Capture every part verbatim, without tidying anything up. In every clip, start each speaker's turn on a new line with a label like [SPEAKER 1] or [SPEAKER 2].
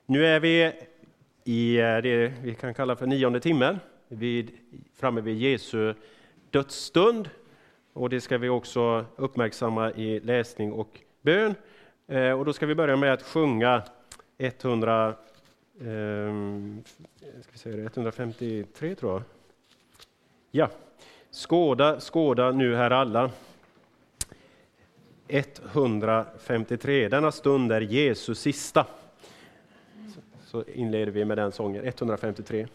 [SPEAKER 1] Nu är vi i det vi kan kalla för nionde timmen, vid, framme vid Jesu dödsstund. Och det ska vi också uppmärksamma i läsning och bön. Eh, och då ska vi börja med att sjunga etthundra, eh, ska vi säga det, etthundrafemtiotre tror jag. Ja, skåda, skåda nu här alla. etthundrafemtiotre, denna stund är Jesus sista. Så inleder vi med den sången, etthundrafemtiotre.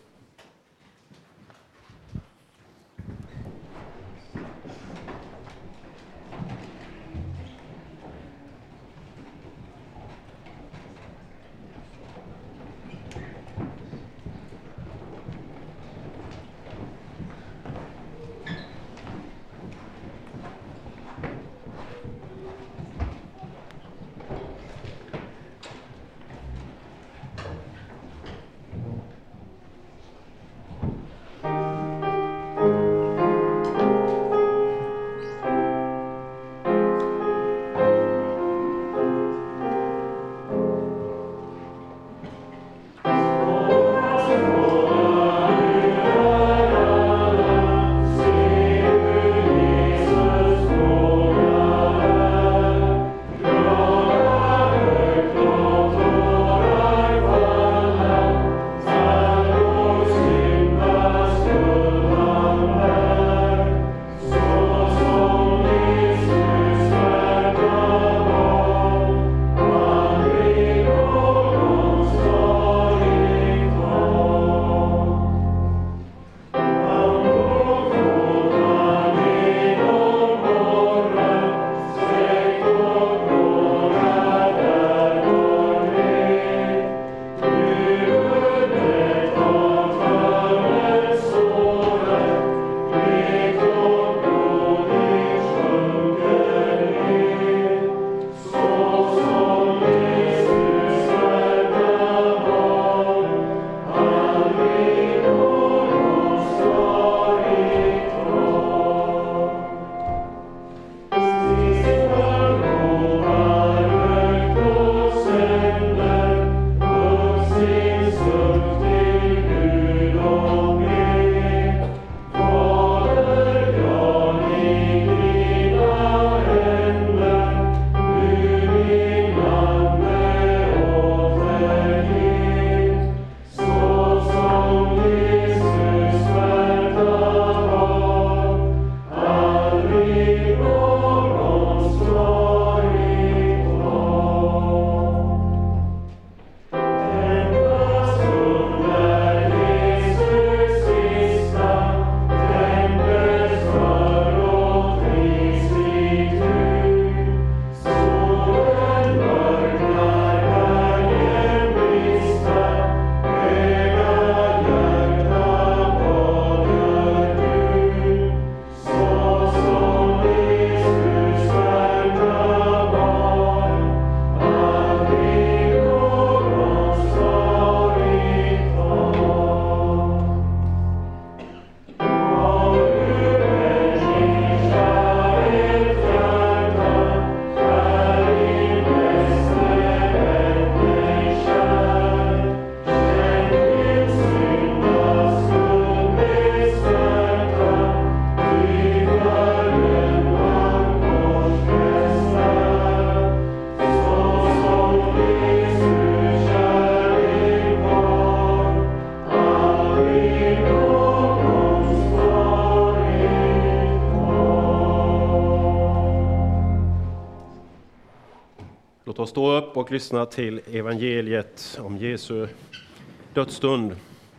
[SPEAKER 1] Låt oss stå upp och lyssna till evangeliet om Jesu dödsstund.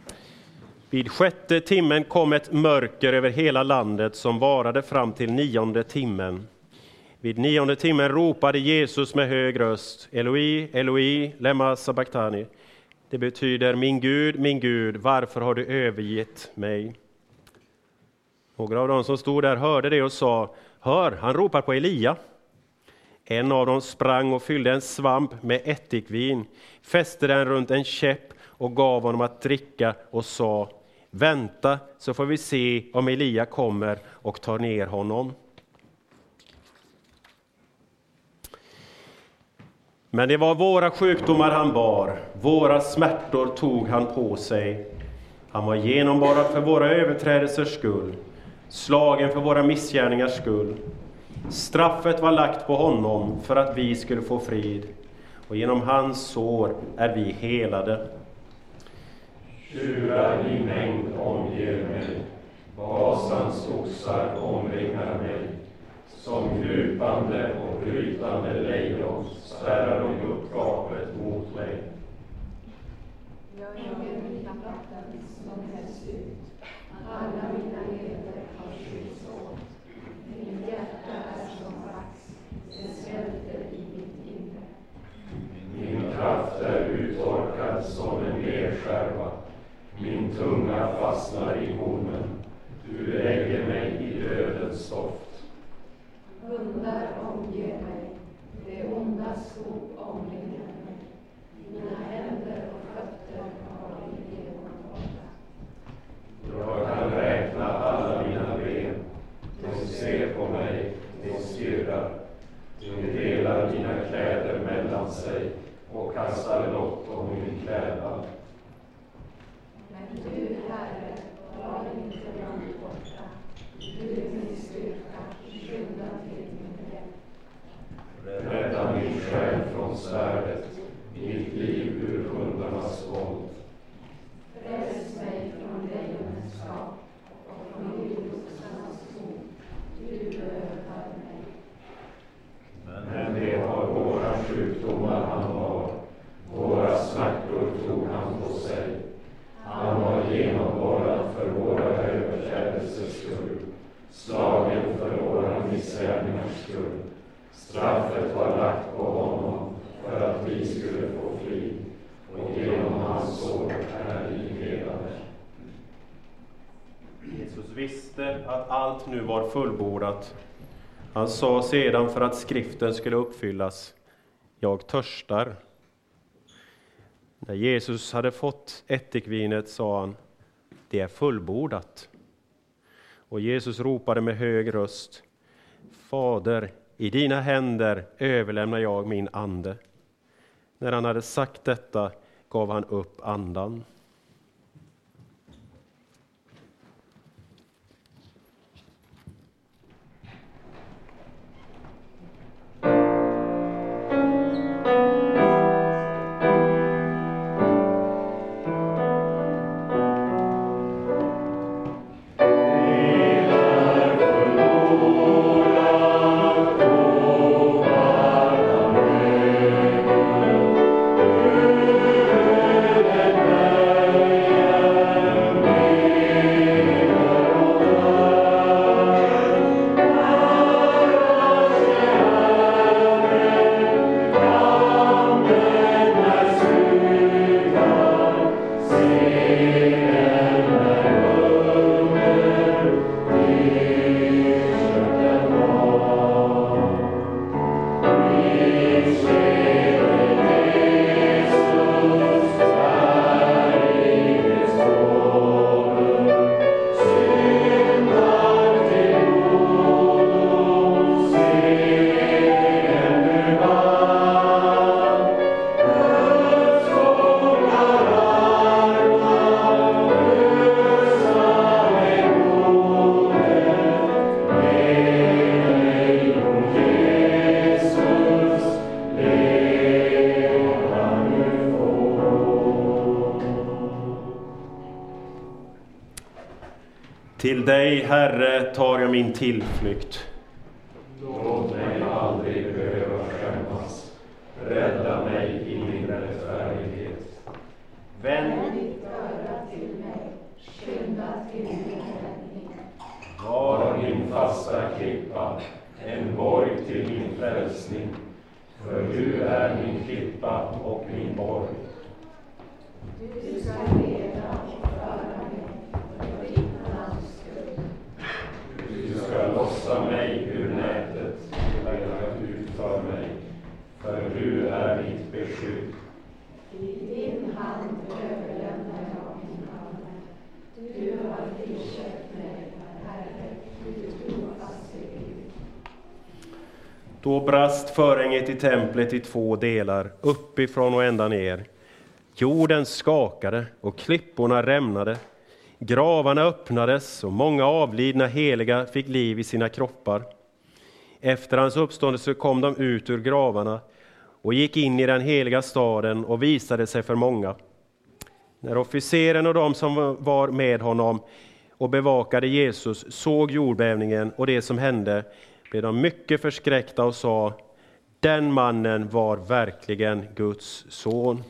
[SPEAKER 1] Vid sjätte timmen kom ett mörker över hela landet som varade fram till nionde timmen. Vid nionde timmen ropade Jesus med hög röst: Eloi, Eloi, lema sabachthani. Det betyder: min Gud, min Gud, varför har du övergett mig? Några av dem som stod där hörde det och sa: hör, han ropar på Elia. En av dem sprang och fyllde en svamp med ättikvin, fäste den runt en käpp och gav honom att dricka och sa: vänta, så får vi se om Elia kommer och tar ner honom. Men det var våra sjukdomar han bar, våra smärtor tog han på sig. Han var genomborrad för våra överträdelsers skull, slagen för våra missgärningars skull. Straffet var lagt på honom för att vi skulle få frid, och genom hans sår är vi helade.
[SPEAKER 2] Tjurar i mängd omger mig, Basans oxar omringar mig. Som krypande och brytande lejon spärrar de upp gapet mot mig.
[SPEAKER 3] Jag äger mina vatten som helst ut, alla mina leder har skjuts åt. Min hjärta är som vax, det svälter i mitt inre.
[SPEAKER 2] Min kraft är uttorkad som en lerskärva, min tunga fastnar i munnen. Du lägger mig i dödens stoft.
[SPEAKER 3] Hundar omger mig, det onda skog omringar mig. Mina händer och fötter har i genomgånga.
[SPEAKER 2] Jag kan räkna alla mina ben. De ser på mig, de stirrar. De delar mina kläder mellan sig och kastar lott om min klädnad.
[SPEAKER 3] Men du, Herre, var inte långt borta. Du är min styrka, skynda till min hjälp.
[SPEAKER 2] Rädda min själ från svärdet, mitt liv ur hundarnas våld.
[SPEAKER 3] Fräls mig från lejonens skap och från vildoxarnas skog. Du behöver mig.
[SPEAKER 2] Men det var våra sjukdomar han var, våra smärtor tog han på sig. Han var genomborrad för våra överträdelsers skull, slagen för våra missgärningars skull. Straffet var lagt på honom för att vi skulle få frid, och genom hans sår är vi helade.
[SPEAKER 1] Jesus visste att allt nu var fullbordat. Han sa sedan för att skriften skulle uppfyllas: jag törstar. När Jesus hade fått ättikvinet sa han: det är fullbordat. Och Jesus ropade med hög röst: Fader, i dina händer överlämnar jag min ande. När han hade sagt detta gav han upp andan. Till dig, Herre, tar jag min tillflykt.
[SPEAKER 2] Låt mig aldrig behöva skämmas. Rädda mig i min rättfärdighet.
[SPEAKER 1] Vänd
[SPEAKER 3] ditt öra till mig, skynda till min räddning.
[SPEAKER 2] Var min fasta klippa, en borg till min frälsning. För du är min klippa och min borg.
[SPEAKER 3] Du ska leda och föra mig för ditt namns skull.
[SPEAKER 2] Du ska lossa mig ur nätet och leda ut för mig. För du är mitt beskydd.
[SPEAKER 3] I din hand överlämnar jag min ande. Du har friköpt mig, Herre, du trofaste Gud.
[SPEAKER 1] Då brast förhänget i templet i två delar, uppifrån och ända ner. Jorden skakade och klipporna rämnade. Gravarna öppnades och många avlidna heliga fick liv i sina kroppar. Efter hans uppståndelse kom de ut ur gravarna och gick in i den heliga staden och visade sig för många. När officeren och de som var med honom och bevakade Jesus såg jordbävningen och det som hände, blev de mycket förskräckta och sa: den mannen var verkligen Guds son.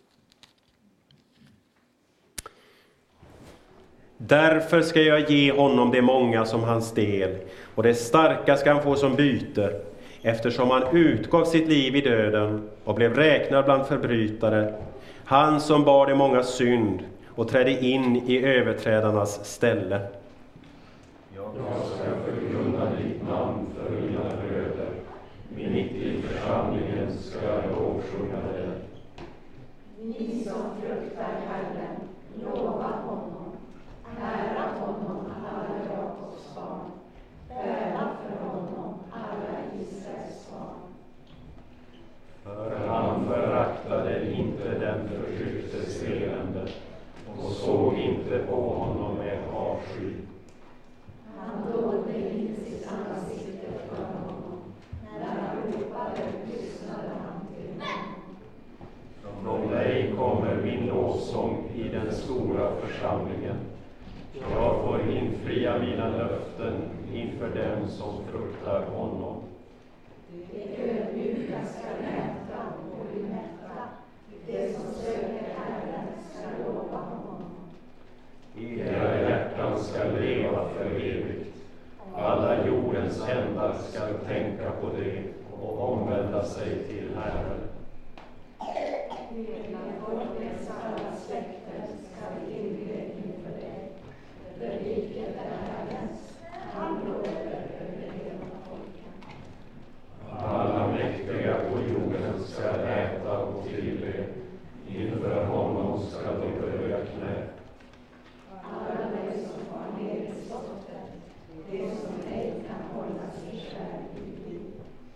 [SPEAKER 1] Därför ska jag ge honom det många som hans del, och det starka ska han få som byte, eftersom han utgav sitt liv i döden och blev räknad bland förbrytare, han som bar det många synd och trädde in i överträdarnas ställe.
[SPEAKER 2] Jag ska förkunna ditt namn för mina bröder, mitt i församlingen ska jag lovsjunga dig.
[SPEAKER 3] Ni som fruktar Herren, lova honom, ära honom alla Jakobs barn, bära för honom alla Israels barn.
[SPEAKER 2] För han föraktade inte den förtrycktes elände och såg inte på honom med avsky.
[SPEAKER 3] Han dolde in sitt ansikte för honom, när han ropade lyssnade han till honom.
[SPEAKER 2] Från dig kommer min lovsång i den stora församlingen. Jag får infria mina löften inför dem som fruktar honom.
[SPEAKER 3] De ödmjuka ska äta och bli mätta, de som söker Herren ska lova honom.
[SPEAKER 2] Era hjärtan ska leva för evigt. Alla jordens ändar ska tänka på det och omvända sig till Herren.
[SPEAKER 3] Hela folkets alla släkter ska tillbe inför dig. För riket är Herrens, han råder över hela folken.
[SPEAKER 2] Alla mäktiga på jorden ska äta och tillbe. Inför honom ska de böja knä.
[SPEAKER 3] Alla de som har nedstotter, de som ej kan hålla sig själv i liv.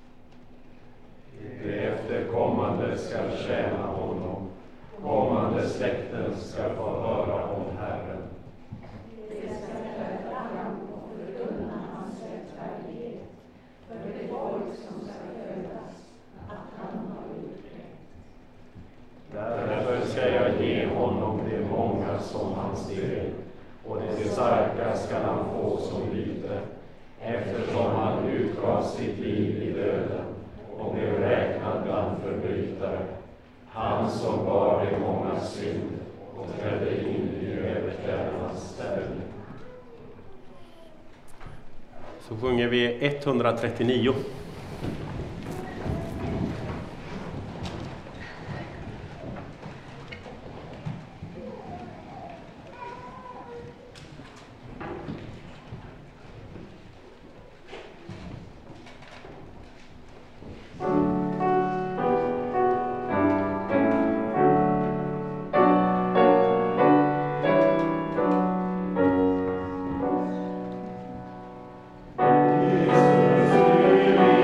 [SPEAKER 2] De efterkommande ska tjäna honom. Kommande släkten ska få höra om Herren.
[SPEAKER 3] De ska träda fram och förkunna hans rättfärdighet för det folk som ska födas, att han har gjort det.
[SPEAKER 2] Därför ska jag ge honom det många som hans del, och det starka ska han få som byte, eftersom han utgav sitt liv i döden och blev räknad bland förbrytare, han som bar det många synd och trädde in i överträdarnas ställe.
[SPEAKER 1] Så sjunger vi etthundratrettionio.
[SPEAKER 2] Jesus,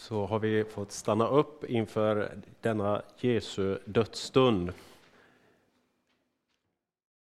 [SPEAKER 1] så har vi fått stanna upp inför denna Jesu dödsstund.